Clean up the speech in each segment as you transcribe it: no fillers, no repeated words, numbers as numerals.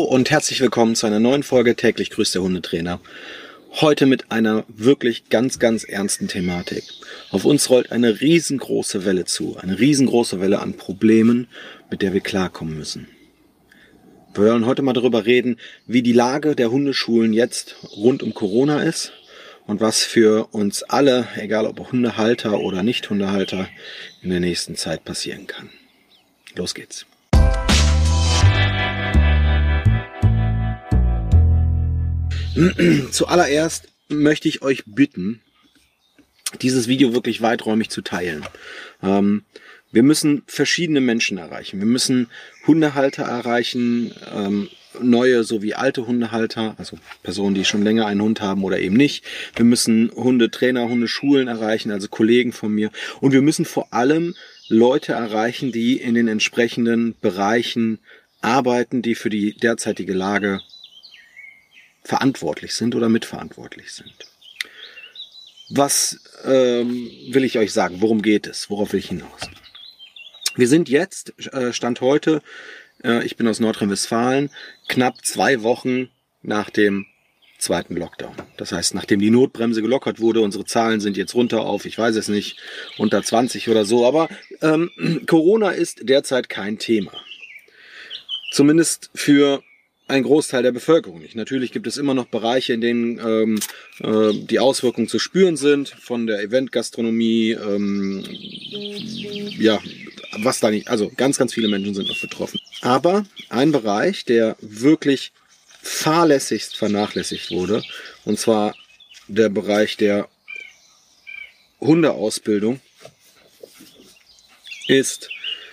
und herzlich willkommen zu einer neuen Folge Täglich grüßt der Hundetrainer. Heute mit einer wirklich ganz, ganz ernsten Thematik. Auf uns rollt eine riesengroße Welle zu, eine riesengroße Welle an Problemen, mit der wir klarkommen müssen. Wir wollen heute mal darüber reden, wie die Lage der Hundeschulen jetzt rund um Corona ist und was für uns alle, egal ob Hundehalter oder Nicht-Hundehalter, in der nächsten Zeit passieren kann. Los geht's. Zuallererst möchte ich euch bitten, dieses Video wirklich weiträumig zu teilen. Wir müssen verschiedene Menschen erreichen. Wir müssen Hundehalter erreichen, neue sowie alte Hundehalter, also Personen, die schon länger einen Hund haben oder eben nicht. Wir müssen Hundetrainer, Hundeschulen erreichen, also Kollegen von mir. Und wir müssen vor allem Leute erreichen, die in den entsprechenden Bereichen arbeiten, die für die derzeitige Lage verantwortlich sind oder mitverantwortlich sind. Was will ich euch sagen? Worum geht es? Worauf will ich hinaus? Wir sind jetzt, Stand heute, ich bin aus Nordrhein-Westfalen, knapp 2 Wochen nach dem zweiten Lockdown. Das heißt, nachdem die Notbremse gelockert wurde, unsere Zahlen sind jetzt runter auf, ich weiß es nicht, unter 20 oder so, aber Corona ist derzeit kein Thema. Zumindest für ein Großteil der Bevölkerung nicht. Natürlich gibt es immer noch Bereiche, in denen die Auswirkungen zu spüren sind, von der Eventgastronomie, ja, was da nicht, also ganz, ganz viele Menschen sind noch betroffen. Aber ein Bereich, der wirklich fahrlässigst vernachlässigt wurde, und zwar der Bereich der Hundeausbildung, ist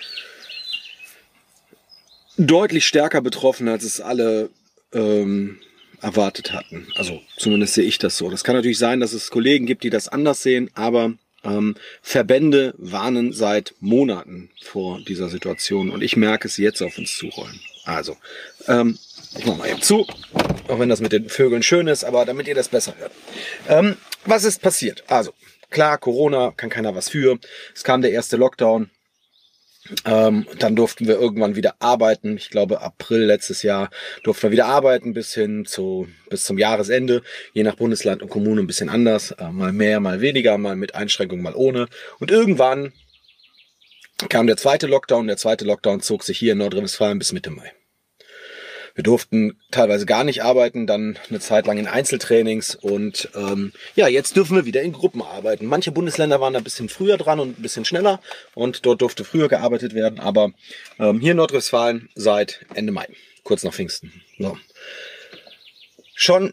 deutlich stärker betroffen, als es alle erwartet hatten. Also zumindest sehe ich das so. Das kann natürlich sein, dass es Kollegen gibt, die das anders sehen, aber Verbände warnen seit Monaten vor dieser Situation und ich merke es jetzt auf uns zurollen. Also, ich mache mal eben zu, auch wenn das mit den Vögeln schön ist, aber damit ihr das besser hört. Was ist passiert? Also, klar, Corona, kann keiner was für. Es kam der erste Lockdown. Dann durften wir irgendwann wieder arbeiten. Ich glaube, April letztes Jahr durften wir wieder arbeiten bis zum Jahresende. Je nach Bundesland und Kommune ein bisschen anders. Mal mehr, mal weniger, mal mit Einschränkungen, mal ohne. Und irgendwann kam der zweite Lockdown. Der zweite Lockdown zog sich hier in Nordrhein-Westfalen bis Mitte Mai. Wir durften teilweise gar nicht arbeiten, dann eine Zeit lang in Einzeltrainings und ja, jetzt dürfen wir wieder in Gruppen arbeiten. Manche Bundesländer waren da ein bisschen früher dran und ein bisschen schneller und dort durfte früher gearbeitet werden, aber hier in Nordrhein-Westfalen seit Ende Mai, kurz nach Pfingsten. So. Schon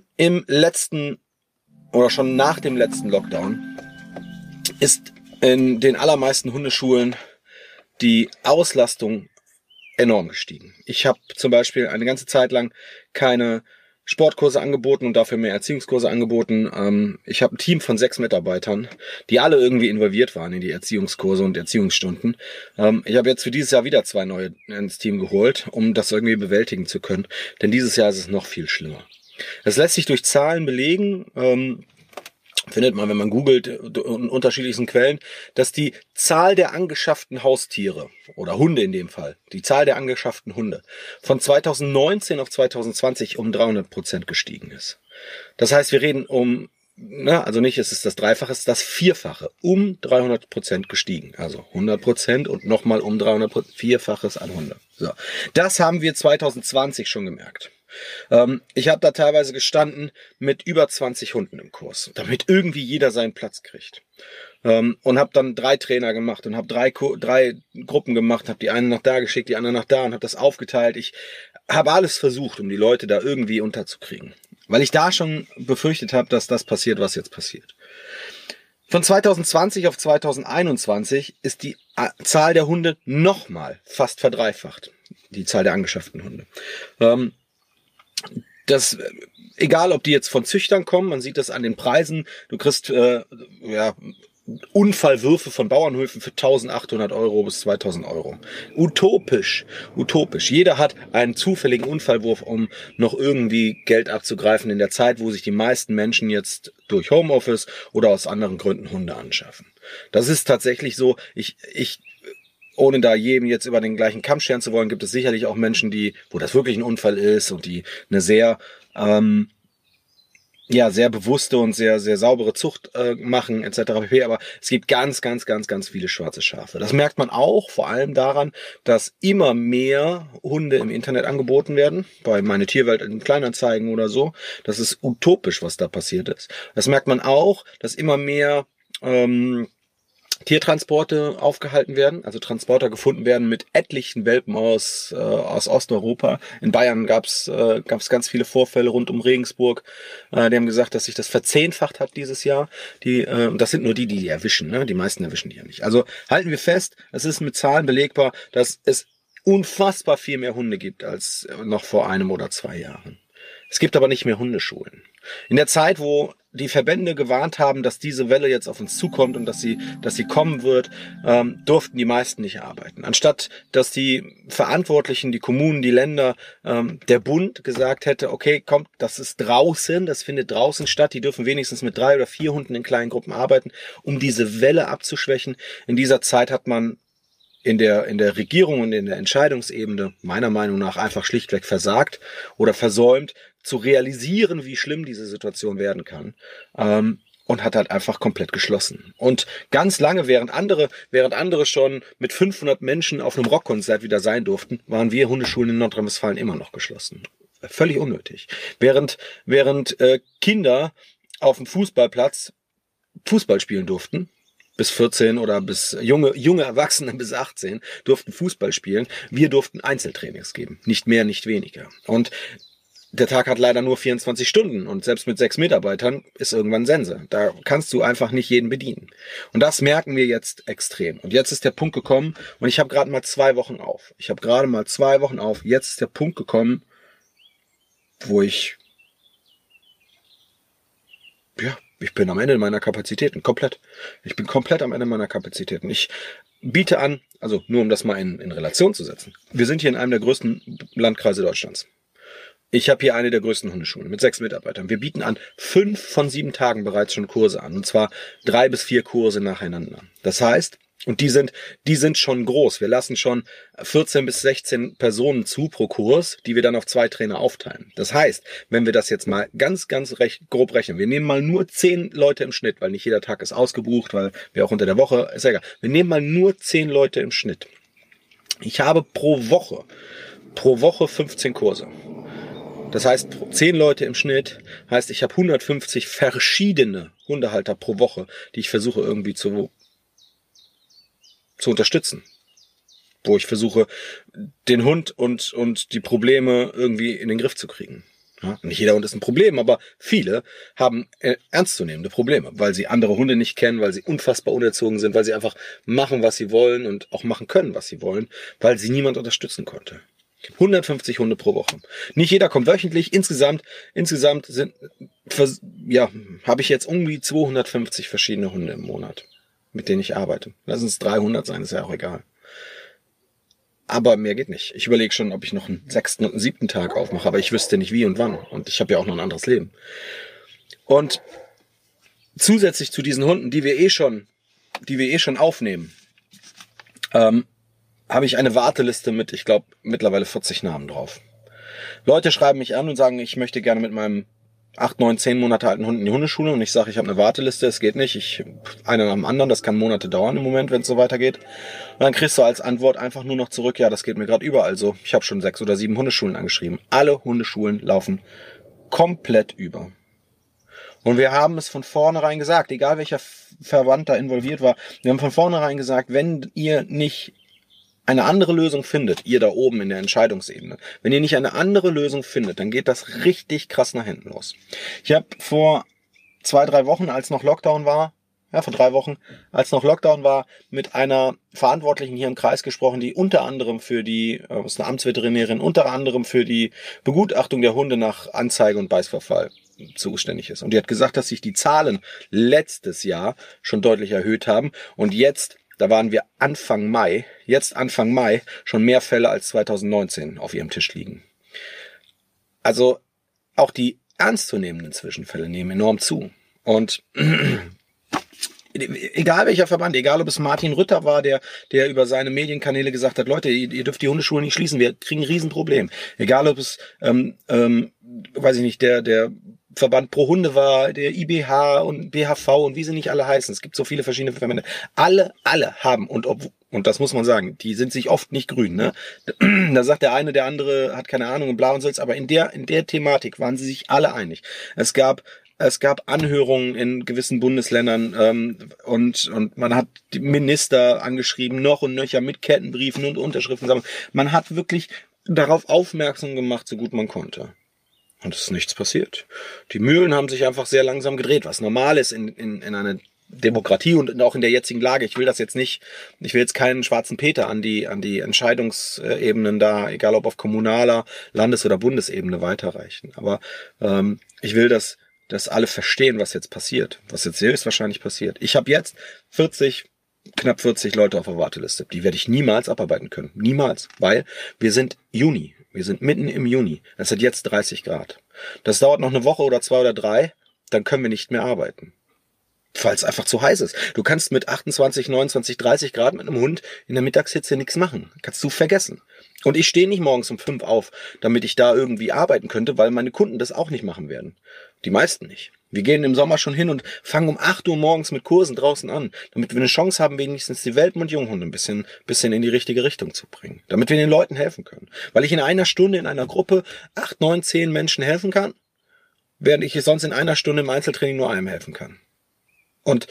nach dem letzten Lockdown ist in den allermeisten Hundeschulen die Auslastung enorm gestiegen. Ich habe zum Beispiel eine ganze Zeit lang keine Sportkurse angeboten und dafür mehr Erziehungskurse angeboten. Ich habe ein Team von 6 Mitarbeitern, die alle irgendwie involviert waren in die Erziehungskurse und Erziehungsstunden. Ich habe jetzt für dieses Jahr wieder 2 neue ins Team geholt, um das irgendwie bewältigen zu können. Denn dieses Jahr ist es noch viel schlimmer. Das lässt sich durch Zahlen belegen. Findet man, wenn man googelt, in unterschiedlichsten Quellen, dass die Zahl der angeschafften Haustiere oder Hunde in dem Fall, die Zahl der angeschafften Hunde von 2019 auf 2020 um 300% gestiegen ist. Das heißt, wir reden also nicht, es ist das Dreifache, es ist das Vierfache, um 300% gestiegen. Also 100% und nochmal um 300%, Vierfaches an Hunde. So. Das haben wir 2020 schon gemerkt. Ich habe da teilweise gestanden mit über 20 Hunden im Kurs, damit irgendwie jeder seinen Platz kriegt. Und habe dann 3 Trainer gemacht und habe 3 Gruppen gemacht, habe die eine nach da geschickt, die andere nach da und habe das aufgeteilt. Ich habe alles versucht, um die Leute da irgendwie unterzukriegen, weil ich da schon befürchtet habe, dass das passiert, was jetzt passiert. Von 2020 auf 2021 ist die Zahl der Hunde nochmal fast verdreifacht, die Zahl der angeschafften Hunde. Das, egal ob die jetzt von Züchtern kommen, man sieht das an den Preisen, du kriegst Unfallwürfe von Bauernhöfen für 1.800 € bis 2.000 €. Utopisch. Jeder hat einen zufälligen Unfallwurf, um noch irgendwie Geld abzugreifen in der Zeit, wo sich die meisten Menschen jetzt durch Homeoffice oder aus anderen Gründen Hunde anschaffen. Das ist tatsächlich so. Ich ohne da jedem jetzt über den gleichen Kamm scheren zu wollen, gibt es sicherlich auch Menschen, wo das wirklich ein Unfall ist und die eine sehr sehr bewusste und sehr, sehr saubere Zucht machen etc. pp. Aber es gibt ganz, ganz, ganz, ganz viele schwarze Schafe. Das merkt man auch vor allem daran, dass immer mehr Hunde im Internet angeboten werden, bei Meine Tierwelt in Kleinanzeigen oder so. Das ist utopisch, was da passiert ist. Das merkt man auch, dass immer mehr Tiertransporte aufgehalten werden, also Transporter gefunden werden mit etlichen Welpen aus Osteuropa. In Bayern gab's ganz viele Vorfälle rund um Regensburg. Die haben gesagt, dass sich das verzehnfacht hat dieses Jahr. Das sind nur die erwischen, ne? Die meisten erwischen die ja nicht. Also halten wir fest, es ist mit Zahlen belegbar, dass es unfassbar viel mehr Hunde gibt als noch vor 1 oder 2 Jahren. Es gibt aber nicht mehr Hundeschulen. In der Zeit, wo die Verbände gewarnt haben, dass diese Welle jetzt auf uns zukommt und dass sie kommen wird, durften die meisten nicht arbeiten. Anstatt, dass die Verantwortlichen, die Kommunen, die Länder, der Bund gesagt hätte, okay, kommt, das ist draußen, das findet draußen statt, die dürfen wenigstens mit 3 oder 4 Hunden in kleinen Gruppen arbeiten, um diese Welle abzuschwächen. In dieser Zeit hat man in der Regierung und in der Entscheidungsebene meiner Meinung nach einfach schlichtweg versagt oder versäumt, zu realisieren, wie schlimm diese Situation werden kann, und hat halt einfach komplett geschlossen. Und ganz lange, während andere schon mit 500 Menschen auf einem Rockkonzert wieder sein durften, waren wir Hundeschulen in Nordrhein-Westfalen immer noch geschlossen. Völlig unnötig. Während Kinder auf dem Fußballplatz Fußball spielen durften, bis 14 oder bis junge Erwachsene bis 18 durften Fußball spielen. Wir durften Einzeltrainings geben. Nicht mehr, nicht weniger. Und der Tag hat leider nur 24 Stunden und selbst mit 6 Mitarbeitern ist irgendwann Sense. Da kannst du einfach nicht jeden bedienen. Und das merken wir jetzt extrem. Und jetzt ist der Punkt gekommen und ich habe gerade mal 2 Wochen auf. Jetzt ist der Punkt gekommen, wo ich bin am Ende meiner Kapazitäten, komplett. Ich bin komplett am Ende meiner Kapazitäten. Ich biete an, also nur um das mal in Relation zu setzen. Wir sind hier in einem der größten Landkreise Deutschlands. Ich habe hier eine der größten Hundeschulen mit 6 Mitarbeitern. Wir bieten an 5 von 7 Tagen bereits schon Kurse an. Und zwar 3 bis 4 Kurse nacheinander. Das heißt, und die sind schon groß. Wir lassen schon 14 bis 16 Personen zu pro Kurs, die wir dann auf 2 Trainer aufteilen. Das heißt, wenn wir das jetzt mal ganz, ganz grob rechnen, wir nehmen mal nur 10 Leute im Schnitt, weil nicht jeder Tag ist ausgebucht, weil wir auch unter der Woche, ist ja egal. Wir nehmen mal nur 10 Leute im Schnitt. Ich habe pro Woche 15 Kurse. Das heißt, 10 Leute im Schnitt, heißt, ich habe 150 verschiedene Hundehalter pro Woche, die ich versuche irgendwie zu unterstützen. Wo ich versuche, den Hund und die Probleme irgendwie in den Griff zu kriegen. Ja, nicht jeder Hund ist ein Problem, aber viele haben ernstzunehmende Probleme, weil sie andere Hunde nicht kennen, weil sie unfassbar unerzogen sind, weil sie einfach machen, was sie wollen und auch machen können, was sie wollen, weil sie niemand unterstützen konnte. 150 Hunde pro Woche. Nicht jeder kommt wöchentlich. Insgesamt habe ich jetzt irgendwie 250 verschiedene Hunde im Monat, mit denen ich arbeite. Lass es 300 sein, ist ja auch egal. Aber mehr geht nicht. Ich überlege schon, ob ich noch einen 6. und einen 7. Tag aufmache, aber ich wüsste nicht wie und wann. Und ich habe ja auch noch ein anderes Leben. Und zusätzlich zu diesen Hunden, die wir eh schon aufnehmen, habe ich eine Warteliste mit, ich glaube, mittlerweile 40 Namen drauf. Leute schreiben mich an und sagen, ich möchte gerne mit meinem 8, 9, 10 Monate alten Hund in die Hundeschule und ich sage, ich habe eine Warteliste, es geht nicht, einer nach dem anderen, das kann Monate dauern im Moment, wenn es so weitergeht. Und dann kriegst du als Antwort einfach nur noch zurück, ja, das geht mir gerade überall so. Ich habe schon 6 oder 7 Hundeschulen angeschrieben. Alle Hundeschulen laufen komplett über. Und wir haben es von vornherein gesagt, egal welcher Verband da involviert war, wir haben von vornherein gesagt, wenn ihr nicht eine andere Lösung findet, ihr da oben in der Entscheidungsebene, wenn ihr nicht eine andere Lösung findet, dann geht das richtig krass nach hinten los. Ich habe vor 2, 3 Wochen, als noch Lockdown war, vor 3 Wochen, als noch Lockdown war, mit einer Verantwortlichen hier im Kreis gesprochen, die unter anderem ist eine Amtsveterinärin, unter anderem für die Begutachtung der Hunde nach Anzeige und Beißverfall zuständig ist. Und die hat gesagt, dass sich die Zahlen letztes Jahr schon deutlich erhöht haben und jetzt, da waren wir Anfang Mai schon mehr Fälle als 2019 auf ihrem Tisch liegen. Also auch die ernstzunehmenden Zwischenfälle nehmen enorm zu. Und egal welcher Verband, egal ob es Martin Rütter war, der über seine Medienkanäle gesagt hat, Leute, ihr dürft die Hundeschulen nicht schließen, wir kriegen ein Riesenproblem. Egal ob es, weiß ich nicht, der Verband Pro Hunde war, der IBH und BHV und wie sie nicht alle heißen. Es gibt so viele verschiedene Verbände. Alle haben, und das muss man sagen, die sind sich oft nicht grün, ne? Da sagt der eine, der andere hat keine Ahnung und bla und so, aber in der Thematik waren sie sich alle einig. Es gab Anhörungen in gewissen Bundesländern und man hat die Minister angeschrieben, noch und nöcher mit Kettenbriefen und Unterschriften. Man hat wirklich darauf aufmerksam gemacht, so gut man konnte. Und es ist nichts passiert. Die Mühlen haben sich einfach sehr langsam gedreht, was normal ist in einer Demokratie und auch in der jetzigen Lage. Ich will jetzt keinen schwarzen Peter an die Entscheidungsebenen da, egal ob auf kommunaler, Landes- oder Bundesebene weiterreichen. Aber ich will, dass alle verstehen, was jetzt passiert, was jetzt höchstwahrscheinlich passiert. Ich habe jetzt knapp 40 Leute auf der Warteliste. Die werde ich niemals abarbeiten können. Niemals. Weil wir sind Juni. Wir sind mitten im Juni. Es hat jetzt 30 Grad. Das dauert noch eine Woche oder 2 oder 3, dann können wir nicht mehr arbeiten. Weil es einfach zu heiß ist. Du kannst mit 28, 29, 30 Grad mit einem Hund in der Mittagshitze nichts machen. Kannst du vergessen. Und ich stehe nicht morgens um 5 auf, damit ich da irgendwie arbeiten könnte, weil meine Kunden das auch nicht machen werden. Die meisten nicht. Wir gehen im Sommer schon hin und fangen um 8 Uhr morgens mit Kursen draußen an, damit wir eine Chance haben, wenigstens die Welpen und Junghunde ein bisschen in die richtige Richtung zu bringen. Damit wir den Leuten helfen können. Weil ich in einer Stunde in einer Gruppe 8, 9, 10 Menschen helfen kann, während ich sonst in einer Stunde im Einzeltraining nur einem helfen kann. Und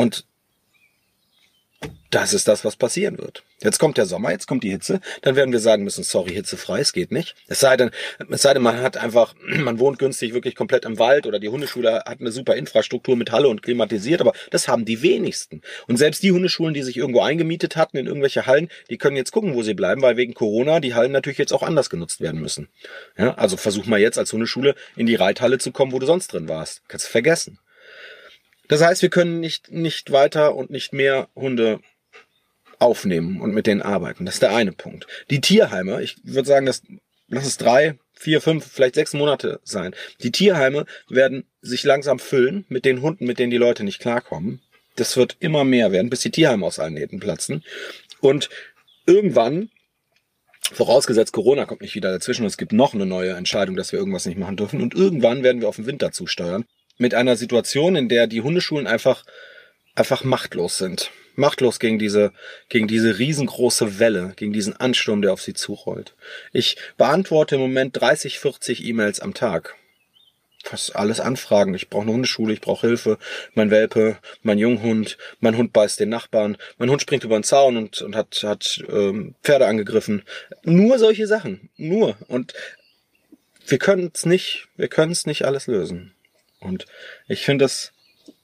das ist das, was passieren wird. Jetzt kommt der Sommer, jetzt kommt die Hitze, dann werden wir sagen müssen, sorry, hitzefrei, es geht nicht. Es sei denn, man wohnt günstig wirklich komplett im Wald oder die Hundeschule hat eine super Infrastruktur mit Halle und klimatisiert, aber das haben die wenigsten. Und selbst die Hundeschulen, die sich irgendwo eingemietet hatten in irgendwelche Hallen, die können jetzt gucken, wo sie bleiben, weil wegen Corona die Hallen natürlich jetzt auch anders genutzt werden müssen. Ja, also versuch mal jetzt als Hundeschule in die Reithalle zu kommen, wo du sonst drin warst. Kannst du vergessen. Das heißt, wir können nicht weiter und nicht mehr Hunde aufnehmen und mit denen arbeiten. Das ist der eine Punkt. Die Tierheime, ich würde sagen, lass es 3, 4, 5, vielleicht 6 Monate sein. Die Tierheime werden sich langsam füllen mit den Hunden, mit denen die Leute nicht klarkommen. Das wird immer mehr werden, bis die Tierheime aus allen Nähten platzen. Und irgendwann, vorausgesetzt Corona kommt nicht wieder dazwischen und es gibt noch eine neue Entscheidung, dass wir irgendwas nicht machen dürfen. Und irgendwann werden wir auf den Winter zusteuern. Mit einer Situation, in der die Hundeschulen einfach machtlos sind. Machtlos gegen diese riesengroße Welle, gegen diesen Ansturm, der auf sie zurollt. Ich beantworte im Moment 30, 40 E-Mails am Tag. Fast alles Anfragen. Ich brauche eine Hundeschule, ich brauche Hilfe. Mein Welpe, mein Junghund, mein Hund beißt den Nachbarn, mein Hund springt über den Zaun und hat Pferde angegriffen. Nur solche Sachen. Nur. Und wir können es nicht alles lösen. Und ich finde das,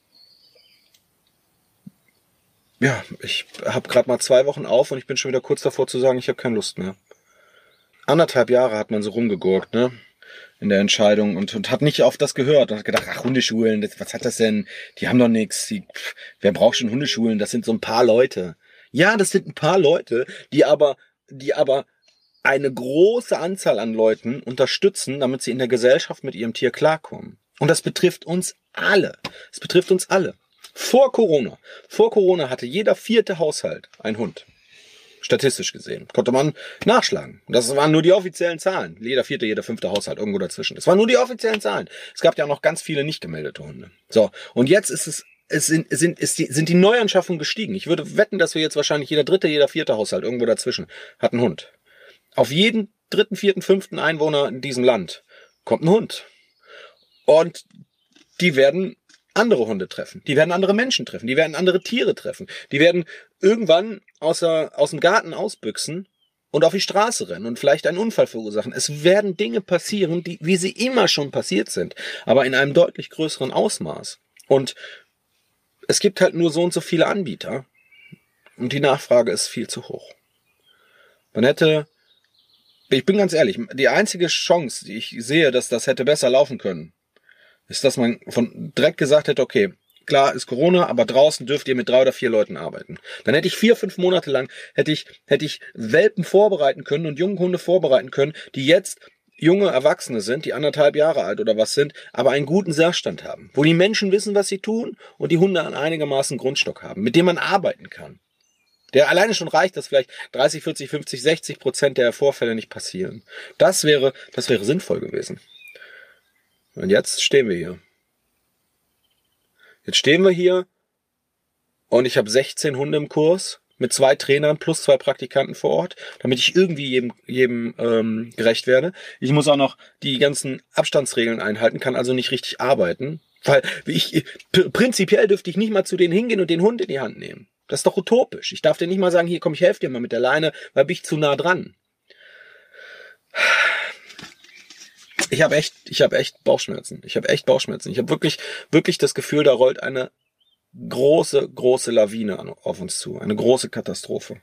ja, ich habe gerade mal 2 Wochen auf und ich bin schon wieder kurz davor zu sagen, ich habe keine Lust mehr. 1,5 Jahre hat man so rumgegurkt, ne, in der Entscheidung und hat nicht auf das gehört und hat gedacht, ach, Hundeschulen, was hat das denn? Die haben doch nichts. Wer braucht schon Hundeschulen? Das sind so ein paar Leute. Ja, das sind ein paar Leute, die aber eine große Anzahl an Leuten unterstützen, damit sie in der Gesellschaft mit ihrem Tier klarkommen. Und das betrifft uns alle. Es betrifft uns alle. Vor Corona hatte jeder 4. Haushalt einen Hund. Statistisch gesehen. Konnte man nachschlagen. Das waren nur die offiziellen Zahlen. Jeder 4., jeder 5. Haushalt, irgendwo dazwischen. Das waren nur die offiziellen Zahlen. Es gab ja auch noch ganz viele nicht gemeldete Hunde. So, und jetzt sind die Neuanschaffungen gestiegen. Ich würde wetten, dass wir jetzt wahrscheinlich jeder 3., jeder 4. Haushalt, irgendwo dazwischen, hat einen Hund. Auf jeden 3., 4., 5. Einwohner in diesem Land kommt ein Hund. Und die werden andere Hunde treffen. Die werden andere Menschen treffen. Die werden andere Tiere treffen. Die werden irgendwann aus dem Garten ausbüchsen und auf die Straße rennen und vielleicht einen Unfall verursachen. Es werden Dinge passieren, wie sie immer schon passiert sind, aber in einem deutlich größeren Ausmaß. Und es gibt halt nur so und so viele Anbieter und die Nachfrage ist viel zu hoch. Ich bin ganz ehrlich, die einzige Chance, die ich sehe, dass das hätte besser laufen können, ist, dass man direkt gesagt hätte, okay, klar ist Corona, aber draußen dürft ihr mit 3 oder 4 Leuten arbeiten. Dann hätte ich 4, 5 Monate lang hätte ich Welpen vorbereiten können und Junghunde vorbereiten können, die jetzt junge Erwachsene sind, die 1,5 Jahre alt oder was sind, aber einen guten Sachstand haben, wo die Menschen wissen, was sie tun und die Hunde einen einigermaßen Grundstock haben, mit dem man arbeiten kann. Der alleine schon reicht, dass vielleicht 30, 40, 50, 60% der Vorfälle nicht passieren. Das wäre sinnvoll gewesen. Und jetzt stehen wir hier. Jetzt stehen wir hier und ich habe 16 Hunde im Kurs mit 2 Trainern plus 2 Praktikanten vor Ort, damit ich irgendwie jedem gerecht werde. Ich muss auch noch die ganzen Abstandsregeln einhalten, kann also nicht richtig arbeiten, weil prinzipiell dürfte ich nicht mal zu denen hingehen und den Hund in die Hand nehmen. Das ist doch utopisch. Ich darf dir nicht mal sagen, hier komm, ich helfe dir mal mit der Leine, weil bin ich zu nah dran. Ich habe echt Bauchschmerzen. Ich habe wirklich das Gefühl, da rollt eine große Lawine auf uns zu. Eine große Katastrophe.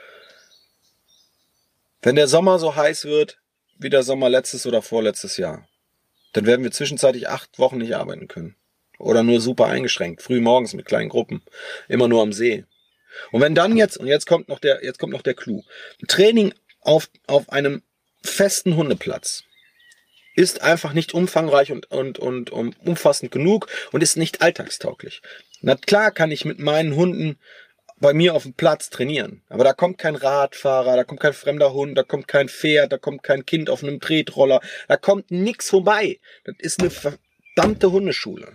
Wenn der Sommer so heiß wird, wie der Sommer letztes oder vorletztes Jahr, dann werden wir zwischenzeitlich 8 Wochen nicht arbeiten können. Oder nur super eingeschränkt, früh morgens mit kleinen Gruppen, immer nur am See. Und wenn dann jetzt kommt noch der Clou. Training auf einem festen Hundeplatz ist einfach nicht umfangreich und umfassend genug und ist nicht alltagstauglich. Na klar kann ich mit meinen Hunden bei mir auf dem Platz trainieren, aber da kommt kein Radfahrer, da kommt kein fremder Hund, da kommt kein Pferd, da kommt kein Kind auf einem Tretroller, da kommt nix vorbei. Das ist eine verdammte Hundeschule.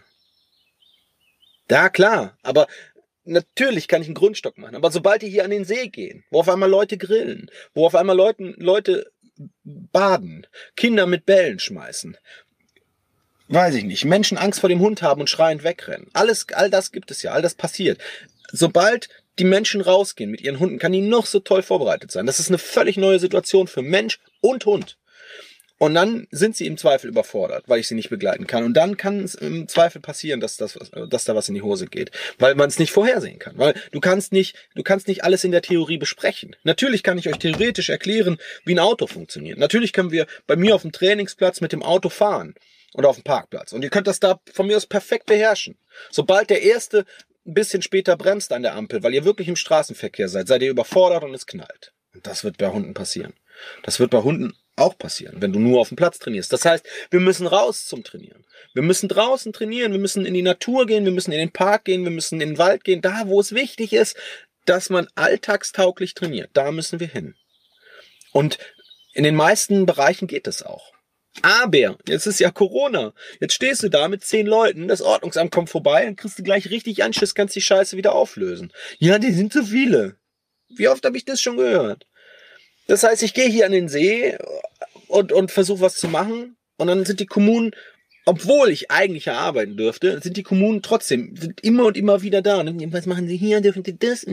Ja, klar, aber natürlich kann ich einen Grundstock machen. Aber sobald die hier an den See gehen, wo auf einmal Leute grillen, wo auf einmal Leute baden, Kinder mit Bällen schmeißen, weiß ich nicht, Menschen Angst vor dem Hund haben und schreiend wegrennen. All das gibt es ja, all das passiert. Sobald die Menschen rausgehen mit ihren Hunden, kann die noch so toll vorbereitet sein. Das ist eine völlig neue Situation für Mensch und Hund. Und dann sind sie im Zweifel überfordert, weil ich sie nicht begleiten kann. Und dann kann es im Zweifel passieren, dass da was in die Hose geht, weil man es nicht vorhersehen kann. Weil du kannst nicht alles in der Theorie besprechen. Natürlich kann ich euch theoretisch erklären, wie ein Auto funktioniert. Natürlich können wir bei mir auf dem Trainingsplatz mit dem Auto fahren oder auf dem Parkplatz. Und ihr könnt das da von mir aus perfekt beherrschen. Sobald der Erste ein bisschen später bremst an der Ampel, weil ihr wirklich im Straßenverkehr seid ihr überfordert und es knallt. Und das wird bei Hunden passieren. Das wird bei Hunden auch passieren, wenn du nur auf dem Platz trainierst. Das heißt, wir müssen raus zum Trainieren. Wir müssen draußen trainieren, wir müssen in die Natur gehen, wir müssen in den Park gehen, wir müssen in den Wald gehen, da wo es wichtig ist, dass man alltagstauglich trainiert. Da müssen wir hin. Und in den meisten Bereichen geht es auch. Aber jetzt ist ja Corona. Jetzt stehst du da mit 10 Leuten, das Ordnungsamt kommt vorbei, dann kriegst du gleich richtig Anschiss, kannst die Scheiße wieder auflösen. Ja, die sind zu viele. Wie oft habe ich das schon gehört? Das heißt, ich gehe hier an den See und versuche was zu machen. Und dann sind die Kommunen, obwohl ich eigentlich ja arbeiten dürfte, sind die Kommunen sind immer und immer wieder da. Und was machen sie hier? Dürfen sie das?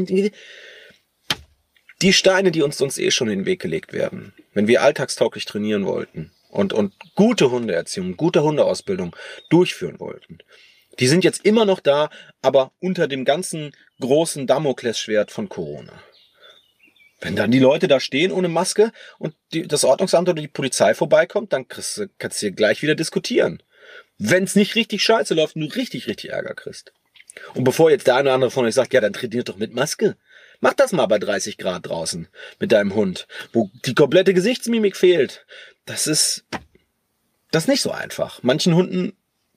Die Steine, die uns sonst schon in den Weg gelegt werden, wenn wir alltagstauglich trainieren wollten und gute Hundeerziehung, gute Hundeausbildung durchführen wollten, die sind jetzt immer noch da, aber unter dem ganzen großen Damoklesschwert von Corona. Wenn dann die Leute da stehen ohne Maske und das Ordnungsamt oder die Polizei vorbeikommt, dann kannst du hier gleich wieder diskutieren. Wenn es nicht richtig scheiße läuft und du richtig Ärger kriegst. Und bevor jetzt der eine oder andere von euch sagt, ja, dann trainiert doch mit Maske. Mach das mal bei 30 Grad draußen mit deinem Hund, wo die komplette Gesichtsmimik fehlt. Das ist nicht so einfach. Manche Hunde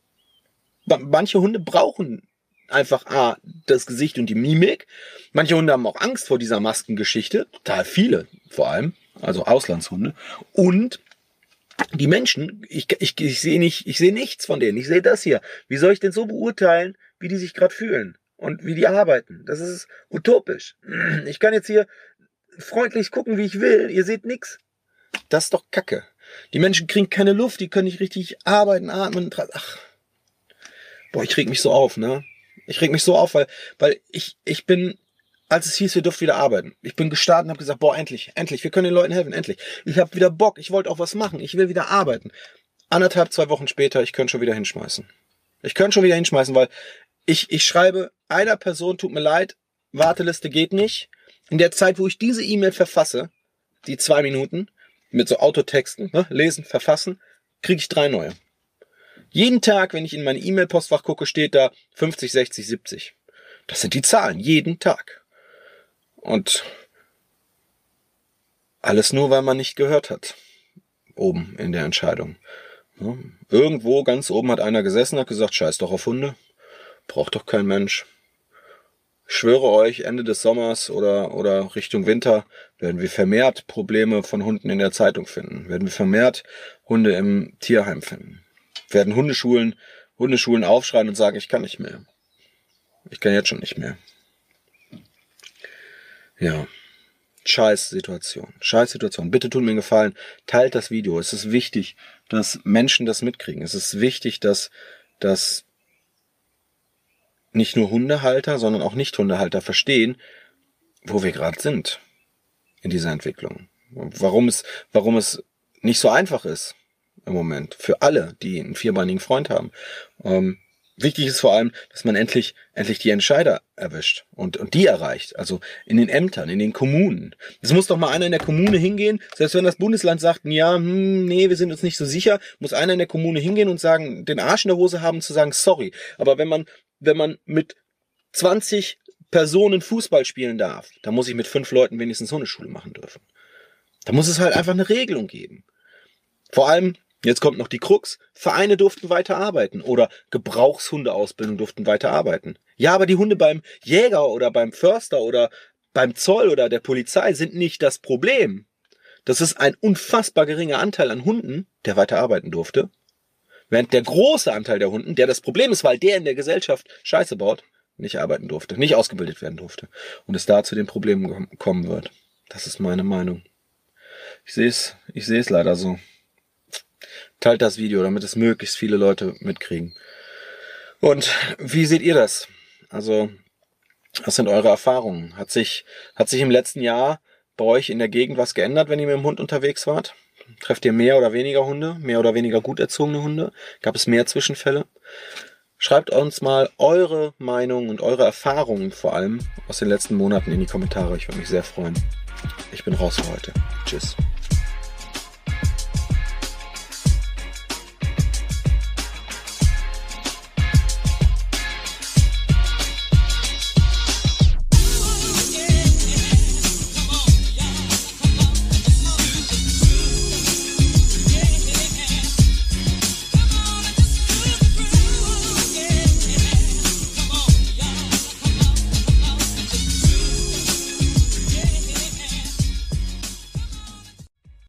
brauchen einfach das Gesicht und die Mimik. Manche Hunde haben auch Angst vor dieser Maskengeschichte. Total viele vor allem. Also Auslandshunde. Und die Menschen, ich sehe nichts von denen. Ich sehe das hier. Wie soll ich denn so beurteilen, wie die sich gerade fühlen? Und wie die arbeiten? Das ist utopisch. Ich kann jetzt hier freundlich gucken, wie ich will. Ihr seht nichts. Das ist doch Kacke. Die Menschen kriegen keine Luft. Die können nicht richtig arbeiten, atmen. Ich reg mich so auf, ne? Ich reg mich so auf, weil ich bin, als es hieß, wir dürfen wieder arbeiten. Ich bin gestartet und habe gesagt, endlich, wir können den Leuten helfen, endlich. Ich habe wieder Bock, ich wollte auch was machen, ich will wieder arbeiten. 2 Wochen später, ich könnte schon wieder hinschmeißen. Weil ich schreibe einer Person, tut mir leid, Warteliste geht nicht. In der Zeit, wo ich diese E-Mail verfasse, die 2 Minuten, mit so Autotexten, ne, lesen, verfassen, kriege ich 3 neue. Jeden Tag, wenn ich in mein E-Mail-Postfach gucke, steht da 50, 60, 70. Das sind die Zahlen, jeden Tag. Und alles nur, weil man nicht gehört hat. oben in der Entscheidung. Ja, irgendwo ganz oben hat einer gesessen, hat gesagt, scheiß doch auf Hunde, braucht doch kein Mensch. Ich schwöre euch, Ende des Sommers oder Richtung Winter werden wir vermehrt Probleme von Hunden in der Zeitung finden, werden wir vermehrt Hunde im Tierheim finden, werden Hundeschulen aufschreien und sagen, ich kann nicht mehr. Ich kann jetzt schon nicht mehr. Ja. Scheiß Situation. Bitte tut mir einen Gefallen, teilt das Video. Es ist wichtig, dass Menschen das mitkriegen. Es ist wichtig, dass nicht nur Hundehalter, sondern auch Nicht-Hundehalter verstehen, wo wir gerade sind in dieser Entwicklung. Warum es nicht so einfach ist im Moment für alle, die einen vierbeinigen Freund haben. Wichtig ist vor allem, dass man endlich die Entscheider erwischt und die erreicht. Also in den Ämtern, in den Kommunen. Es muss doch mal einer in der Kommune hingehen, selbst wenn das Bundesland sagt, ja, nee, wir sind uns nicht so sicher, muss einer in der Kommune hingehen und sagen, den Arsch in der Hose haben, zu sagen, sorry. Aber wenn man mit 20 Personen Fußball spielen darf, dann muss ich mit 5 Leuten wenigstens Hundeschule machen dürfen. Da muss es halt einfach eine Regelung geben. Vor allem, jetzt kommt noch die Krux, Vereine durften weiter arbeiten oder Gebrauchshundeausbildung durften weiter arbeiten. Ja, aber die Hunde beim Jäger oder beim Förster oder beim Zoll oder der Polizei sind nicht das Problem. Das ist ein unfassbar geringer Anteil an Hunden, der weiter arbeiten durfte. Während der große Anteil der Hunden, der das Problem ist, weil der in der Gesellschaft Scheiße baut, nicht arbeiten durfte, nicht ausgebildet werden durfte. Und es da zu den Problemen kommen wird. Das ist meine Meinung. Ich sehe es leider so. Teilt das Video, damit es möglichst viele Leute mitkriegen. Und wie seht ihr das? Also, was sind eure Erfahrungen? Hat sich im letzten Jahr bei euch in der Gegend was geändert, wenn ihr mit dem Hund unterwegs wart? Trefft ihr mehr oder weniger Hunde? Mehr oder weniger gut erzogene Hunde? Gab es mehr Zwischenfälle? Schreibt uns mal eure Meinung und eure Erfahrungen vor allem aus den letzten Monaten in die Kommentare. Ich würde mich sehr freuen. Ich bin raus für heute. Tschüss.